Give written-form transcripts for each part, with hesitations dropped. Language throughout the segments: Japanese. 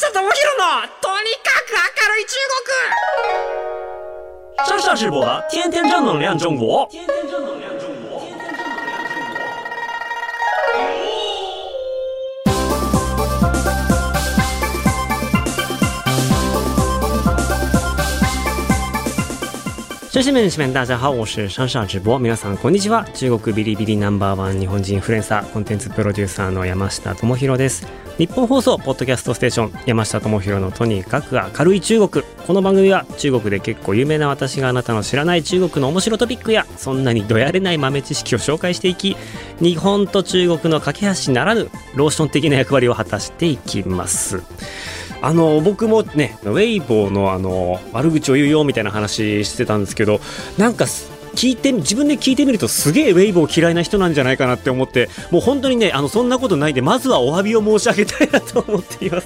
下智博のとにかく明るい中国。上上直播，天天正能量中国。女子们、女子们、大家好，我是上上直播。皆さんこんにちは。中国ビリビリナンバーワン日本人インフルエンサー、コンテンツプロデューサーの山下智博です。日本放送ポッドキャストステーション、山下智博のとにかく明るい中国。この番組は中国で結構有名な私があなたの知らない中国の面白トピックや、そんなにどやれない豆知識を紹介していき、日本と中国の架け橋ならぬローション的な役割を果たしていきます。僕もね、ウェイボーの悪口を言うよみたいな話してたんですけど、なんか自分で聞いてみるとすげえウェイボー嫌いな人なんじゃないかなって思って、もう本当にね、そんなことないんで、まずはお詫びを申し上げたいなと思っています。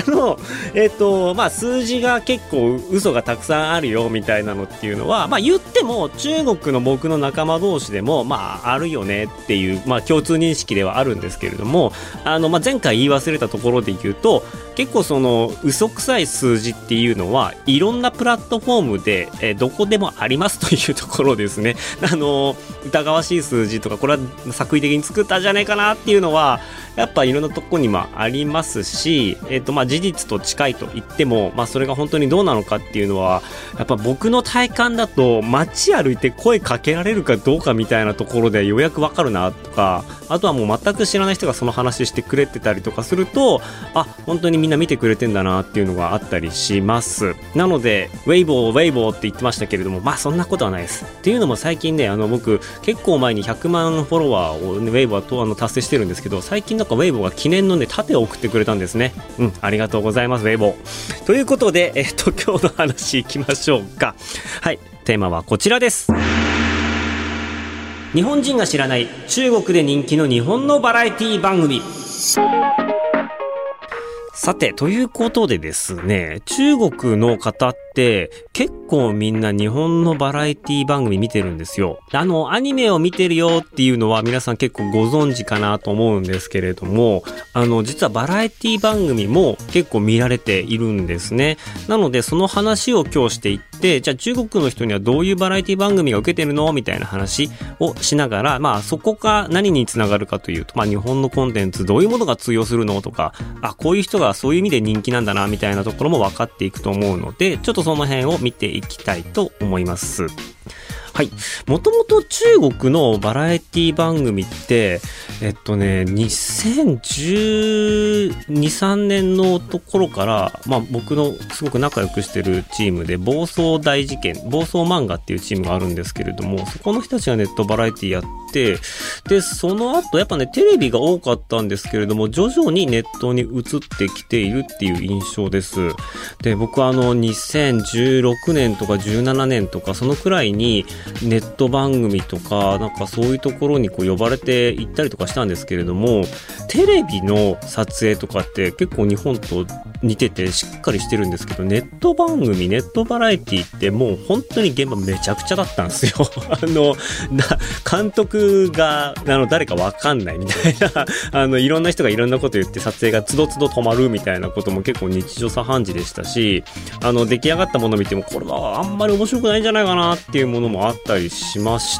数字が結構嘘がたくさんあるよみたいなのっていうのは、言っても中国の僕の仲間同士でもあるよねっていう、共通認識ではあるんですけれども、前回言い忘れたところで言うと、結構その嘘くさい数字っていうのはいろんなプラットフォームで、どこでもありますというところですね。疑わしい数字とか、これは作為的に作ったんじゃないかなっていうのはやっぱいろんなとこにもありますし、事実と近いと言っても、それが本当にどうなのかっていうのはやっぱ僕の体感だと、街歩いて声かけられるかどうかみたいなところでようやくわかるなとか、あとはもう全く知らない人がその話してくれてたりとかすると、本当にみんな見てくれてんだなっていうのがあったりします。なのでウェイボーって言ってましたけれども、そんなことはないです。っていうのも最近ね、僕結構前に100万フォロワーを、ウェイボーと達成してるんですけど、最近なんかウェイボーが記念のね盾を送ってくれたんですね。ありがとうございますウェイボー。ということで、今日の話いきましょうか。はい、テーマはこちらです。日本人が知らない中国で人気の日本のバラエティ番組。さて、ということでですね、中国の方って結構みんな日本のバラエティ番組見てるんですよ。アニメを見てるよっていうのは皆さん結構ご存知かなと思うんですけれども、実はバラエティ番組も結構見られているんですね。なのでその話を今日していって、じゃあ中国の人にはどういうバラエティ番組が受けてるのみたいな話をしながら、そこが何につながるかというと、日本のコンテンツどういうものが通用するのとか、こういう人がそういう意味で人気なんだなみたいなところも分かっていくと思うので、ちょっとその辺を見ていきたいと思います。はい。もともと中国のバラエティ番組って、2012、3年のところから、僕のすごく仲良くしてるチームで、暴走大事件、暴走漫画っていうチームがあるんですけれども、そこの人たちがネットバラエティやって、で、その後、やっぱね、テレビが多かったんですけれども、徐々にネットに移ってきているっていう印象です。で、僕は2016年とか17年とか、そのくらいに、ネット番組とかなんかそういうところに呼ばれて行ったりとかしたんですけれども、テレビの撮影とかって結構日本と似ててしっかりしてるんですけど、ネット番組、ネットバラエティってもう本当に現場めちゃくちゃだったんですよ。監督が誰かわかんないみたいな、いろんな人がいろんなこと言って撮影がつどつど止まるみたいなことも結構日常茶飯事でしたし、出来上がったものを見てもこれはあんまり面白くないんじゃないかなっていうものもあったりしまして、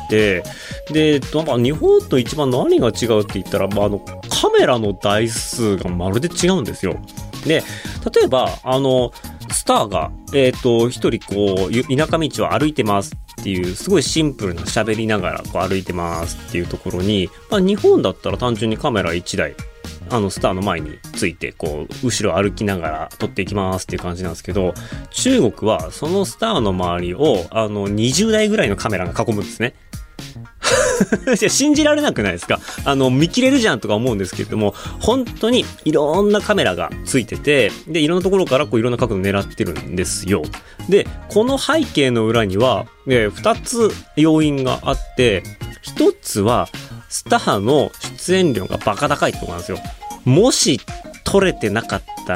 で、なんか日本と一番何が違うって言ったら、カメラの台数がまるで違うんですよ。で、例えばスターが一人田舎道を歩いてますっていうすごいシンプルな喋りながら歩いてますっていうところに、日本だったら単純にカメラ1台スターの前について後ろ歩きながら撮っていきますっていう感じなんですけど、中国はそのスターの周りを20台ぐらいのカメラが囲むんですね。信じられなくないですか？見切れるじゃんとか思うんですけれども、本当にいろんなカメラがついてて、でいろんなところからいろんな角度狙ってるんですよ。でこの背景の裏には、2つ要因があって、1つはスターの出演料がバカ高いってことなんですよ。もし撮れてなかったら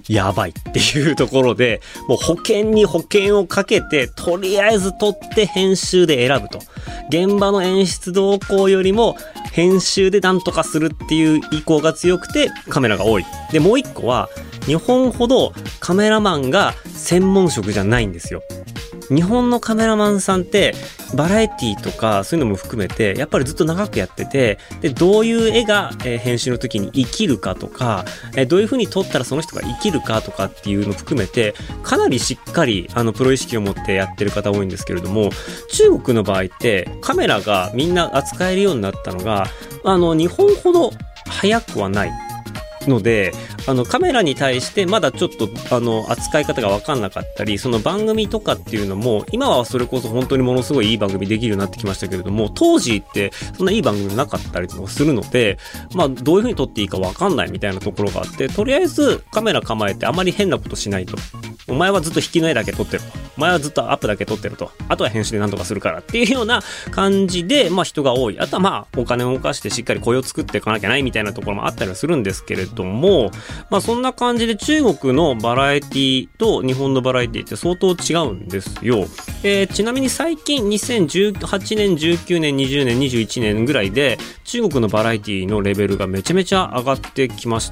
やばいっていうところで、もう保険に保険をかけて、とりあえず撮って編集で選ぶと。現場の演出動向よりも、編集でなんとかするっていう意向が強くて、カメラが多い。で、もう一個は、日本ほどカメラマンが専門職じゃないんですよ。日本のカメラマンさんってバラエティとかそういうのも含めてやっぱりずっと長くやってて、でどういう絵が編集の時に生きるかとか、どういう風に撮ったらその人が生きるかとかっていうのを含めてかなりしっかりプロ意識を持ってやってる方多いんですけれども、中国の場合ってカメラがみんな扱えるようになったのが日本ほど早くはないので、カメラに対してまだちょっと扱い方が分かんなかったり、その番組とかっていうのも今はそれこそ本当にものすごいいい番組できるようになってきましたけれども、当時ってそんないい番組なかったりとかするので、まあどういう風に撮っていいか分かんないみたいなところがあって、とりあえずカメラ構えてあまり変なことしないと、お前はずっと引きの絵だけ撮ってると、お前はずっとアップだけ撮ってると、あとは編集でなんとかするからっていうような感じで、まあ人が多い。あとはまあお金を動かしてしっかり雇用を作っていかなきゃないみたいなところもあったりはするんですけれども、まあそんな感じで中国のバラエティと日本のバラエティって相当違うんですよ。ちなみに最近2018年、19年、20年、21年ぐらいで中国のバラエティのレベルがめちゃめちゃ上がってきました。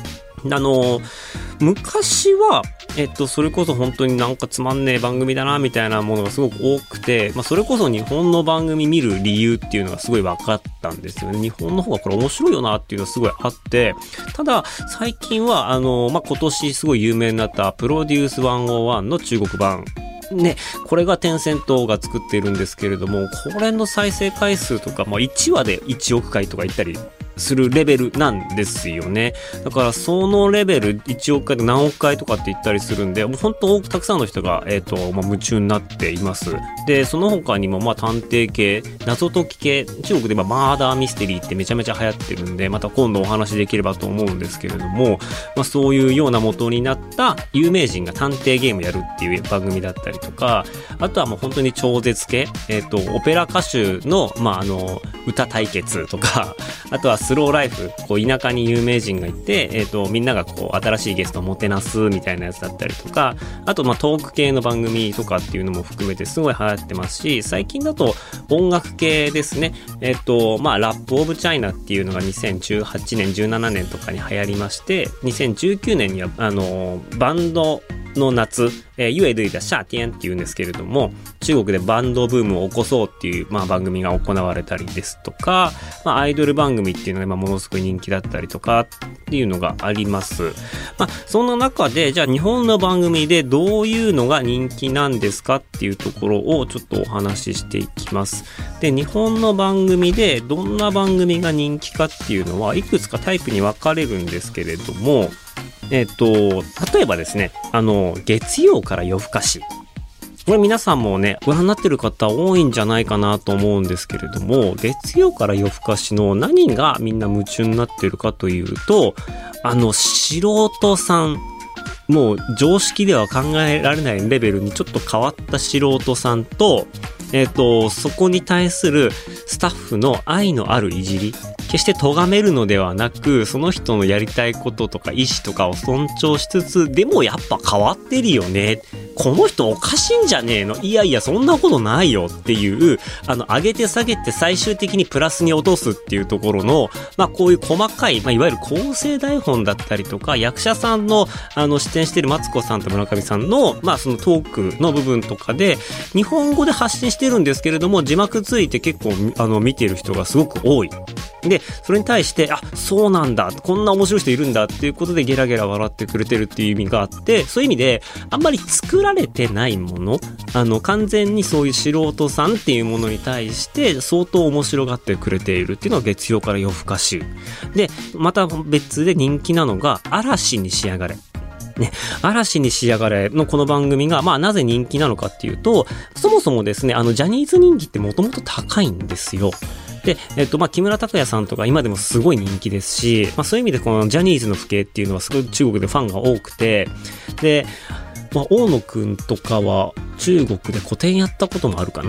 昔は、それこそ本当になんかつまんねえ番組だなみたいなものがすごく多くて、まあそれこそ日本の番組見る理由っていうのがすごい分かったんですよね。日本の方がこれ面白いよなっていうのがすごいあって、ただ最近はまあ今年すごい有名になったプロデュース101の中国版。ね、これがテンセントが作っているんですけれども、これの再生回数とか、まあ1話で1億回とか言ったりするレベルなんですよね。だからそのレベル1億回と何億回とかって言ったりするんで、もう本当たくさんの人がまあ夢中になっています。でその他にもまあ探偵系、謎解き系、中国でマーダーミステリーってめちゃめちゃ流行ってるんで、また今度お話できればと思うんですけれども、まあそういうような元になった有名人が探偵ゲームやるっていう番組だったりとか、あとはもう本当に超絶系、オペラ歌手のまあ歌対決とか、あとはスローライフ、こう田舎に有名人がいて、みんながこう新しいゲストをもてなすみたいなやつだったりとか、あとまあトーク系の番組とかっていうのも含めてすごい流行ってますし、最近だと音楽系ですね。まあラップオブチャイナっていうのが2018年17年とかに流行りまして、2019年にはバンドの夏、ユエドゥイダシャーティエンっていうんですけれども、中国でバンドブームを起こそうっていう、まあ、番組が行われたりですとか、まあ、アイドル番組っていうのが今ものすごい人気だったりとかっていうのがあります。まあ、そんな中で、じゃあ日本の番組でどういうのが人気なんですかっていうところをちょっとお話ししていきます。で、日本の番組でどんな番組が人気かっていうのはいくつかタイプに分かれるんですけれども、例えばですね、月曜から夜更かし。これ皆さんもね、ご覧になってる方多いんじゃないかなと思うんですけれども、月曜から夜更かしの何がみんな夢中になってるかというと、素人さん、もう常識では考えられないレベルにちょっと変わった素人さんと、そこに対するスタッフの愛のあるいじり、決して咎めるのではなく、その人のやりたいこととか意思とかを尊重しつつ、でもやっぱ変わってるよね。この人おかしいんじゃねえの？いやいや、そんなことないよっていう、上げて下げて最終的にプラスに落とすっていうところの、まあこういう細かい、まあいわゆる構成台本だったりとか、役者さんの、出演しているマツコさんと村上さんの、まあそのトークの部分とかで、日本語で発信してるんですけれども、字幕ついて結構、見てる人がすごく多い。で、それに対して、あ、そうなんだ、こんな面白い人いるんだっていうことでゲラゲラ笑ってくれてるっていう意味があって、そういう意味で、あんまり作られてないもの、完全にそういう素人さんっていうものに対して相当面白がってくれているっていうのが月曜から夜更かし。で、また別で人気なのが、嵐に仕上がれ。ね、嵐に仕上がれのこの番組が、まあなぜ人気なのかっていうと、そもそもですね、ジャニーズ人気ってもともと高いんですよ。で、まあ、木村拓哉さんとか今でもすごい人気ですし、まあ、そういう意味でこのジャニーズの父兄っていうのはすごい中国でファンが多くて、で、まあ、大野くんとかは中国で個展やったこともあるかな。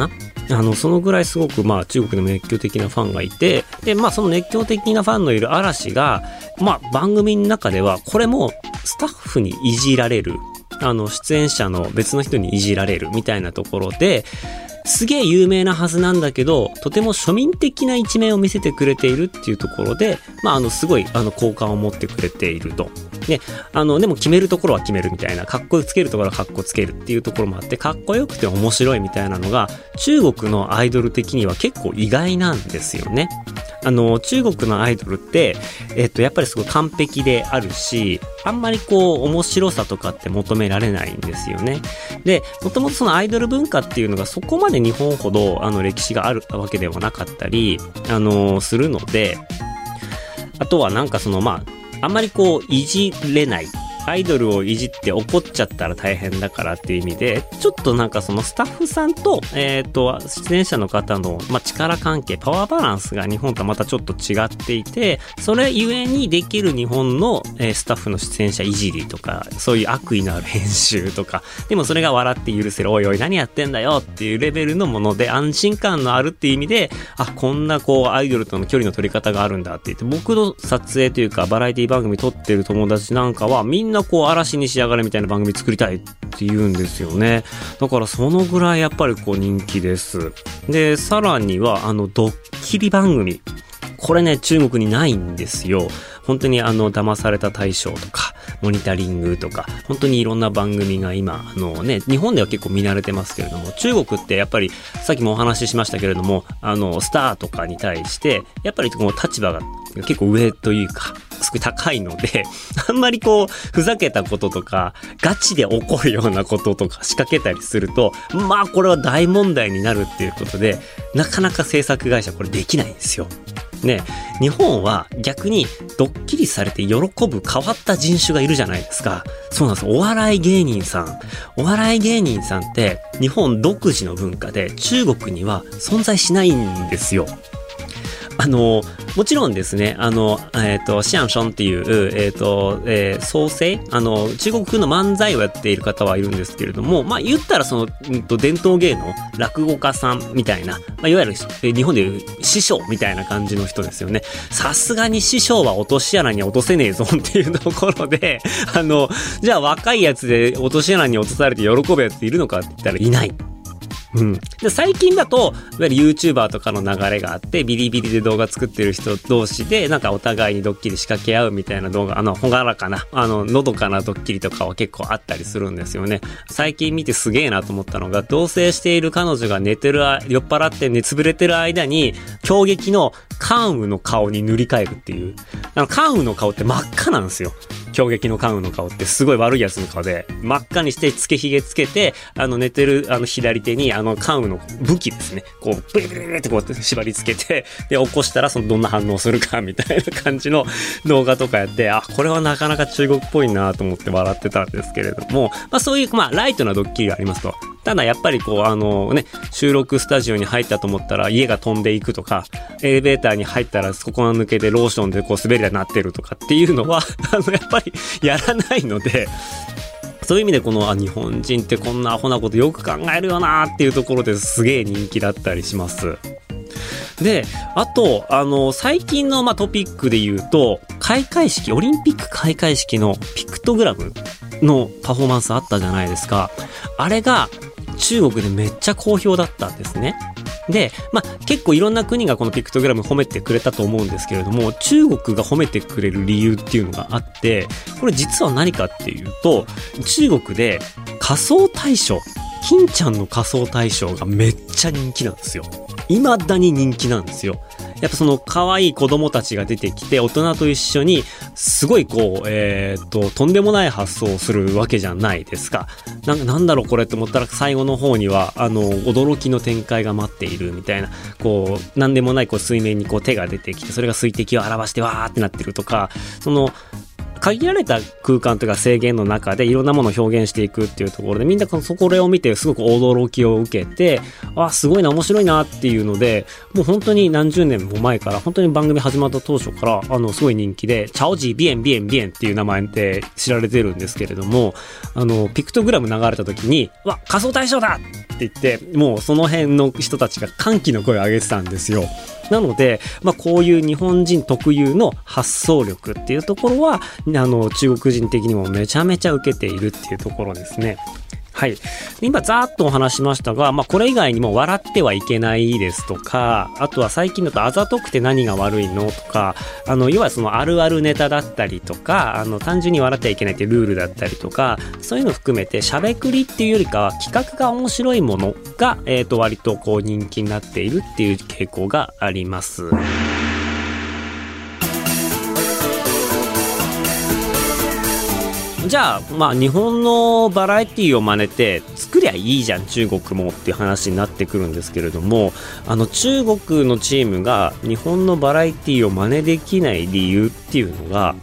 そのぐらいすごく中国でも熱狂的なファンがいて、でその熱狂的なファンのいる嵐が番組の中ではこれもスタッフにいじられる、出演者の別の人にいじられるみたいなところですげえ有名なはずなんだけど、とても庶民的な一面を見せてくれているっていうところで、すごい好感を持ってくれていると。で、でも決めるところは決めるみたいな、かっこつけるところはかっこつけるっていうところもあって、かっこよくて面白いみたいなのが中国のアイドル的には結構意外なんですよね。中国のアイドルって、やっぱりすごい完璧であるし、あんまり面白さとかって求められないんですよね。で、もともとそのアイドル文化っていうのがそこまで日本ほど歴史があるわけではなかったり、するので、あとはあんまりいじれない。アイドルをいじって怒っちゃったら大変だからっていう意味で、ちょっとそのスタッフさんと、出演者の方の、力関係、パワーバランスが日本とはまたちょっと違っていて、それゆえにできる日本の、スタッフの出演者いじりとか、そういう悪意のある編集とか、でもそれが笑って許せる、おいおい何やってんだよっていうレベルのもので安心感のあるっていう意味で、こんなアイドルとの距離の取り方があるんだって言って、僕の撮影というかバラエティ番組撮ってる友達なんかはみんな嵐に仕上がれみたいな番組作りたいって言うんですよね。だからそのぐらいやっぱり人気です。で、さらにはドッキリ番組。これね、中国にないんですよ。本当に騙された大賞とか、モニタリングとか、本当にいろんな番組が今、日本では結構見慣れてますけれども、中国ってやっぱり、さっきもお話ししましたけれども、スターとかに対して、やっぱり立場が結構上というか、すごい高いので、あんまりふざけたこととか、ガチで起こるようなこととか仕掛けたりすると、これは大問題になるっていうことで、なかなか制作会社これできないんですよ。ね、日本は逆にドッキリされて喜ぶ変わった人種がいるじゃないですか。そうなんです。お笑い芸人さんって日本独自の文化で中国には存在しないんですよ。もちろんですね、シアンションっていう、創生、中国風の漫才をやっている方はいるんですけれども、言ったら伝統芸能、落語家さんみたいな、いわゆる日本でいう師匠みたいな感じの人ですよね。さすがに師匠は落とし穴に落とせねえぞっていうところで、じゃあ若いやつで落とし穴に落とされて喜ぶやついるのかって言ったらいない。で最近だといわゆる YouTuber とかの流れがあって、ビリビリで動画作ってる人同士でお互いにドッキリ仕掛け合うみたいな動画、ほがらかなのどかなドッキリとかは結構あったりするんですよね。最近見てすげえなと思ったのが、同棲している彼女が酔っ払って寝つぶれてる間に衝撃の関羽の顔に塗り替えるっていう。関羽の顔って真っ赤なんですよ。衝撃の関羽の顔ってすごい悪いやつの顔で真っ赤にしてつけひげつけて、寝てる左手に関羽の武器ですね、ブリブリブリって縛り付けて、で起こしたらどんな反応するかみたいな感じの動画とかやって、これはなかなか中国っぽいなと思って笑ってたんですけれども、そういうライトなドッキリがありますと。ただやっぱり収録スタジオに入ったと思ったら家が飛んでいくとか、エレベーターに入ったらそこが抜けてローションで滑り台になってるとかっていうのはやっぱりやらないので、そういう意味で日本人ってこんなアホなことよく考えるよなっていうところですげえ人気だったりします。で、あと最近のトピックで言うと、開会式、オリンピック開会式のピクトグラムのパフォーマンスあったじゃないですか。あれが中国でめっちゃ好評だったんですね。で、結構いろんな国がこのピクトグラム褒めてくれたと思うんですけれども、中国が褒めてくれる理由っていうのがあって、これ実は何かっていうと、中国で仮装大賞、金ちゃんの仮装大賞がめっちゃ人気なんですよ。未だに人気なんですよ。やっぱ可愛い子供たちが出てきて、大人と一緒にすごいとんでもない発想をするわけじゃないですか。なんだろうこれって思ったら、最後の方には驚きの展開が待っているみたいな、なんでもない水面に手が出てきて、それが水滴を表してわーってなってるとか、 限られた空間というか制限の中でいろんなものを表現していくっていうところで、みんなこれを見てすごく驚きを受けて、すごいな、面白いなっていうので、もう本当に何十年も前から、本当に番組始まった当初からすごい人気で、チャオジービエンビエンビエンっていう名前で知られてるんですけれども、ピクトグラム流れた時に、仮想大賞だって言って、もうその辺の人たちが歓喜の声を上げてたんですよ。なので、こういう日本人特有の発想力っていうところは、中国人的にもめちゃめちゃ受けているっていうところですね。はい。今、ざーっとお話しましたが、これ以外にも笑ってはいけないですとか、あとは最近だとあざとくて何が悪いのとか、要はそのあるあるネタだったりとか、単純に笑ってはいけないっていうルールだったりとか、そういうのを含めて、しゃべくりっていうよりかは、企画が面白いものが、割とこう人気になっているっていう傾向があります。じゃあ、日本のバラエティを真似て作りゃいいじゃん中国もっていう話になってくるんですけれども、中国のチームが日本のバラエティを真似できない理由っていうのが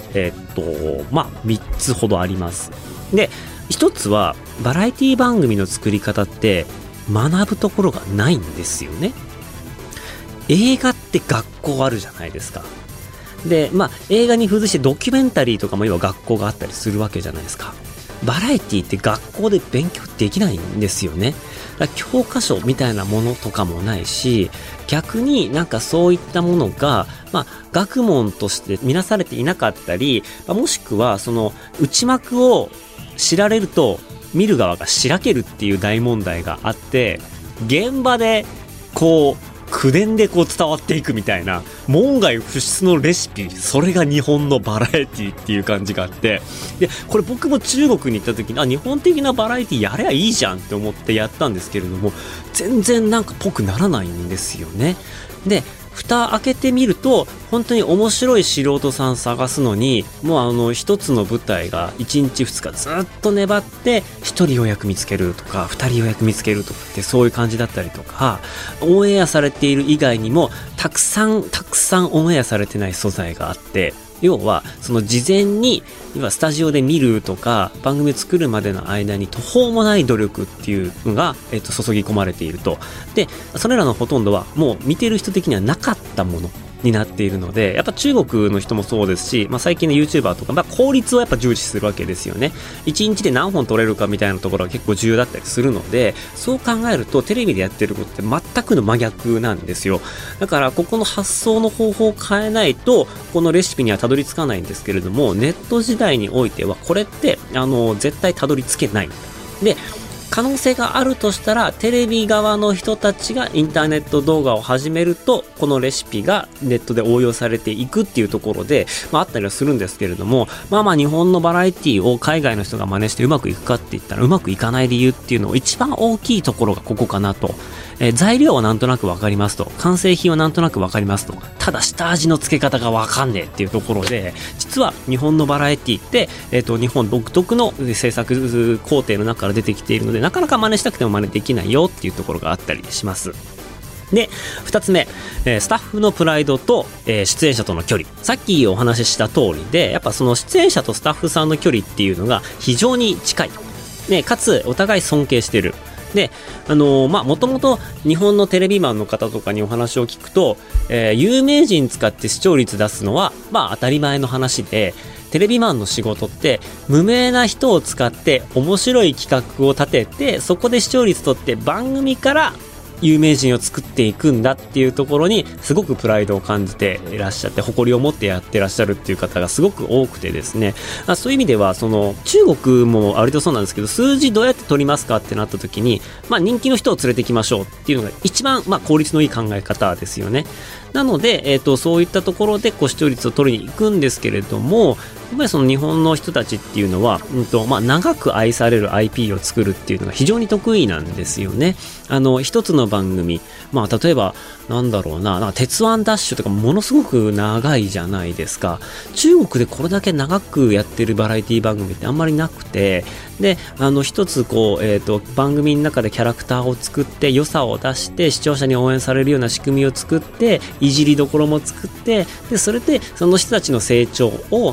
3つほどあります。で、1つはバラエティ番組の作り方って学ぶところがないんですよね。映画って学校あるじゃないですか。で、映画に付随してドキュメンタリーとかも今学校があったりするわけじゃないですか。バラエティって学校で勉強できないんですよね。だから教科書みたいなものとかもないし、逆にそういったものが、学問として見なされていなかったり、もしくはその内幕を知られると見る側がしらけるっていう大問題があって、現場で口伝で伝わっていくみたいな門外不出のレシピ、それが日本のバラエティっていう感じがあって、でこれ僕も中国に行った時に日本的なバラエティやればいいじゃんって思ってやったんですけれども、全然ぽくならないんですよね。で蓋開けてみると本当に面白い素人さん探すのにもう一つの舞台が1日2日ずっと粘って1人ようやく見つけるとか2人ようやく見つけるとかってそういう感じだったりとか、オンエアされている以外にもたくさんオンエアされてない素材があって、要はその事前にスタジオで見るとか番組を作るまでの間に途方もない努力っていうのが、注ぎ込まれていると。でそれらのほとんどはもう見てる人的にはなかったものになっているので、やっぱ中国の人もそうですし、最近の YouTuber とか、効率をやっぱ重視するわけですよね。1日で何本撮れるかみたいなところは結構重要だったりするので、そう考えるとテレビでやってることって全くの真逆なんですよ。だからここの発想の方法を変えないとこのレシピにはたどり着かないんですけれども、ネット時代においてはこれって絶対たどり着けない。で可能性があるとしたら、テレビ側の人たちがインターネット動画を始めるとこのレシピがネットで応用されていくっていうところで、あったりはするんですけれども、日本のバラエティを海外の人が真似してうまくいくかって言ったらうまくいかない理由っていうのを一番大きいところがここかなと。材料はなんとなくわかりますと、完成品はなんとなくわかりますと、ただ下味の付け方がわかんねえっていうところで、実は日本のバラエティって、日本独特の制作工程の中から出てきているので、なかなか真似したくても真似できないよっていうところがあったりします。で2つ目、スタッフのプライドと、出演者との距離。さっきお話しした通りで、やっぱその出演者とスタッフさんの距離っていうのが非常に近い、かつお互い尊敬してる。でもともと日本のテレビマンの方とかにお話を聞くと、有名人使って視聴率出すのは当たり前の話で、テレビマンの仕事って無名な人を使って面白い企画を立てて、そこで視聴率取って番組から有名人を作っていくんだっていうところにすごくプライドを感じていらっしゃって、誇りを持ってやってらっしゃるっていう方がすごく多くてですね、そういう意味ではその中国も割とそうなんですけど、数字どうやって取りますかってなった時に、人気の人を連れてきましょうっていうのが一番効率のいい考え方ですよね。なので、そういったところで視聴率を取りに行くんですけれども、やっぱりその日本の人たちっていうのは、長く愛される IP を作るっていうのが非常に得意なんですよね。一つの番組、例えば鉄腕ダッシュとかものすごく長いじゃないですか。中国でこれだけ長くやってるバラエティ番組ってあんまりなくて、で一つ番組の中でキャラクターを作って良さを出して視聴者に応援されるような仕組みを作って、いじりどころも作って、でそれでその人たちの成長をみんなと一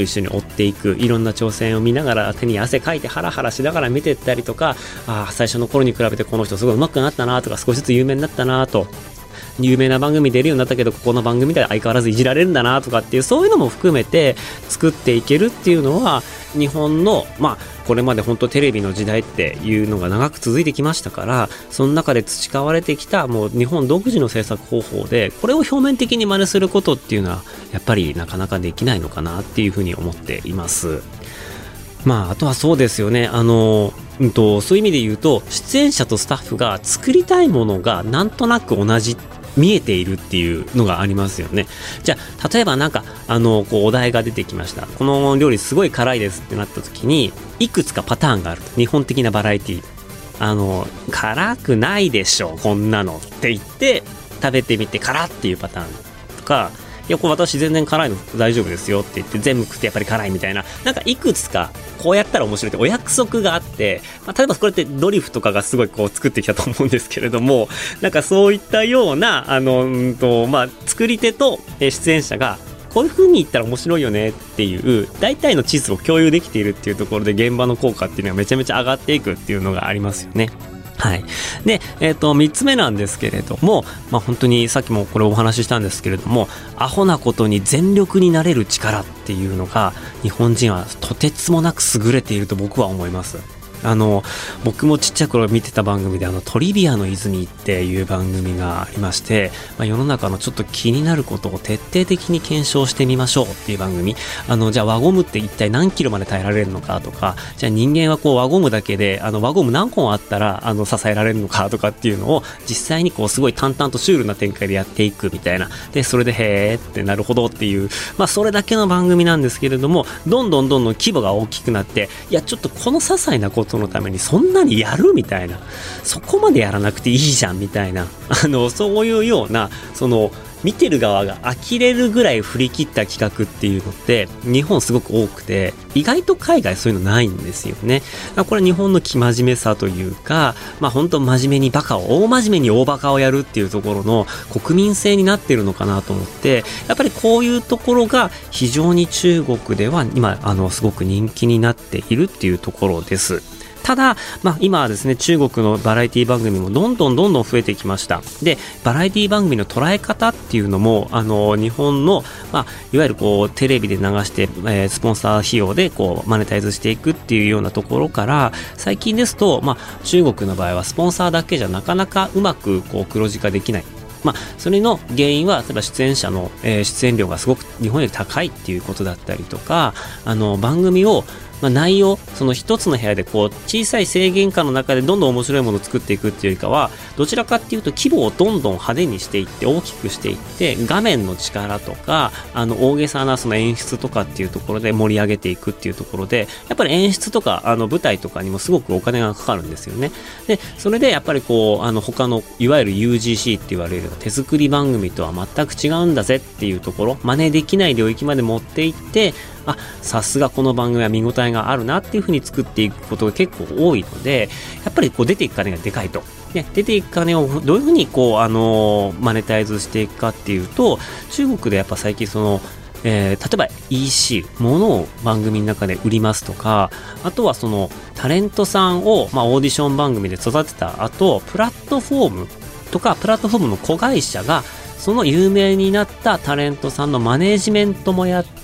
一緒に追っていく、いろんな挑戦を見ながら手に汗かいてハラハラしながら見てったりとか、最初の頃に比べてこの人すごい上手くなったなとか、少しずつ有名になったなと、有名な番組出るようになったけどここの番組では相変わらずいじられるんだなとかっていう、そういうのも含めて作っていけるっていうのは、日本のこれまで本当テレビの時代っていうのが長く続いてきましたから、その中で培われてきたもう日本独自の制作方法で、これを表面的に真似することっていうのはやっぱりなかなかできないのかなっていうふうに思っています。あとはそうですよね、そういう意味で言うと、出演者とスタッフが作りたいものがなんとなく同じ見えているっていうのがありますよね。じゃあ例えばお題が出てきました、この料理すごい辛いですってなった時に、いくつかパターンがあると。日本的なバラエティー、辛くないでしょこんなのって言って食べてみて辛っていうパターンとか、いやこれ私全然辛いの大丈夫ですよって言って全部食ってやっぱり辛いみたいな、いくつかこうやったら面白いってお約束があって、例えばこれってドリフとかがすごい作ってきたと思うんですけれども、そういったような作り手と出演者がこういう風に言ったら面白いよねっていう大体の地図を共有できているっていうところで、現場の効果っていうのがめちゃめちゃ上がっていくっていうのがありますよね。はい。で、3つ目なんですけれども、本当にさっきもこれお話ししたんですけれども、アホなことに全力になれる力っていうのが日本人はとてつもなく優れていると僕は思います。僕もちっちゃい頃見てた番組でトリビアの泉っていう番組がありまして、世の中のちょっと気になることを徹底的に検証してみましょうっていう番組。じゃあ輪ゴムって一体何キロまで耐えられるのかとか、じゃあ人間は輪ゴムだけで輪ゴム何本あったら支えられるのかとかっていうのを実際にすごい淡々とシュールな展開でやっていくみたいな。でそれでへーってなるほどっていう、それだけの番組なんですけれども、どんどん規模が大きくなって、いやちょっとこの些細なことのためにそんなにやるみたいな、そこまでやらなくていいじゃんみたいな、そういうような見てる側が呆れるぐらい振り切った企画っていうのって日本すごく多くて、意外と海外そういうのないんですよね。これは日本の生真面目さというか、本当真面目に大真面目に大バカをやるっていうところの国民性になってるのかなと思って、やっぱりこういうところが非常に中国では今すごく人気になっているっていうところです。ただ、今はですね、中国のバラエティ番組もどんどん増えてきました。で、バラエティ番組の捉え方っていうのも、日本の、いわゆるテレビで流して、スポンサー費用でマネタイズしていくっていうようなところから、最近ですと、中国の場合はスポンサーだけじゃなかなかうまく黒字化できない。それの原因は例えば出演者の、出演料がすごく日本より高いっていうことだったりとか、番組を内容、その一つの部屋で小さい制限下の中でどんどん面白いものを作っていくっていうよりかは、どちらかっていうと規模をどんどん派手にしていって大きくしていって、画面の力とか大げさなその演出とかっていうところで盛り上げていくっていうところで、やっぱり演出とか舞台とかにもすごくお金がかかるんですよね。でそれでやっぱり他のいわゆる UGC って言われる手作り番組とは全く違うんだぜっていうところ、真似できない領域まで持っていって、さすがこの番組は見応えがあるなっていう風に作っていくことが結構多いので、やっぱり出ていく金がでかいと。で出ていく金をどういう風にマネタイズしていくかっていうと、中国でやっぱ最近例えば EC 物を番組の中で売りますとか、あとはタレントさんをオーディション番組で育てた後、プラットフォームとかプラットフォームの子会社がその有名になったタレントさんのマネージメントもやって、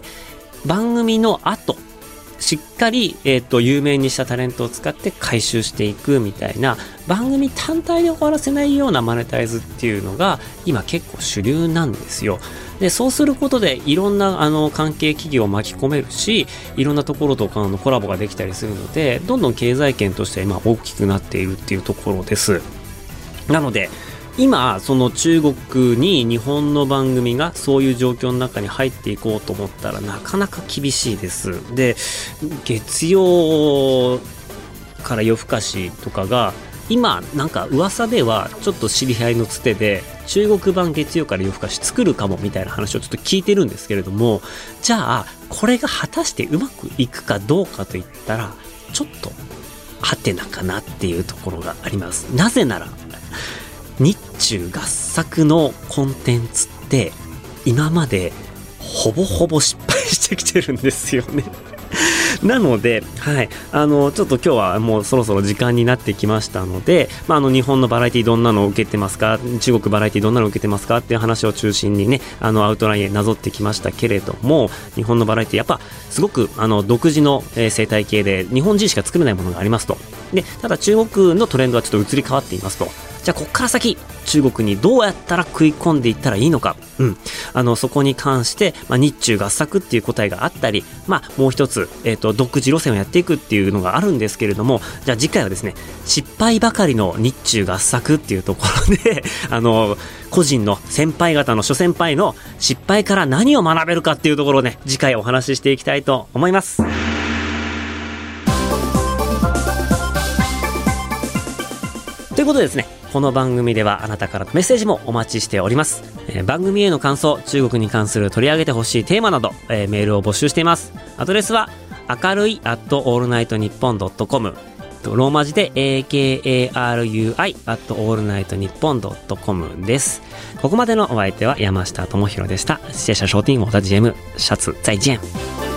番組の後しっかり、有名にしたタレントを使って回収していくみたいな、番組単体で終わらせないようなマネタイズっていうのが今結構主流なんですよ。でそうすることでいろんな関係企業を巻き込めるし、いろんなところとかのコラボができたりするので、どんどん経済圏として今大きくなっているっていうところです。なので今その中国に日本の番組がそういう状況の中に入っていこうと思ったらなかなか厳しいです。で月曜から夜更かしとかが今噂ではちょっと知り合いのつてで中国版月曜から夜更かし作るかもみたいな話をちょっと聞いてるんですけれども、じゃあこれが果たしてうまくいくかどうかといったらちょっとハテナかなっていうところがあります。なぜなら日中合作のコンテンツって今までほぼほぼ失敗してきてるんですよねなので、はい、ちょっと今日はもうそろそろ時間になってきましたので、日本のバラエティどんなのを受けてますか、中国バラエティどんなのを受けてますかっていう話を中心にね、アウトラインへなぞってきましたけれども、日本のバラエティやっぱすごく独自の生態系で日本人しか作れないものがありますと。で、ただ中国のトレンドはちょっと移り変わっていますと。じゃあこっから先中国にどうやったら食い込んでいったらいいのか、そこに関して、日中合作っていう答えがあったり、もう一つ、独自路線をやっていくっていうのがあるんですけれども、じゃあ次回はですね、失敗ばかりの日中合作っていうところで個人の先輩方の諸先輩の失敗から何を学べるかっていうところをね、次回お話ししていきたいと思います。ということでですね、この番組ではあなたからのメッセージもお待ちしております。番組への感想、中国に関する取り上げてほしいテーマなど、メールを募集しています。アドレスは明るい@allnightnippon.com、ローマ字で AKARUI@allnightnippon.com です。ここまでのお相手は山下智博でした。谢谢收听我的节目，下次再见。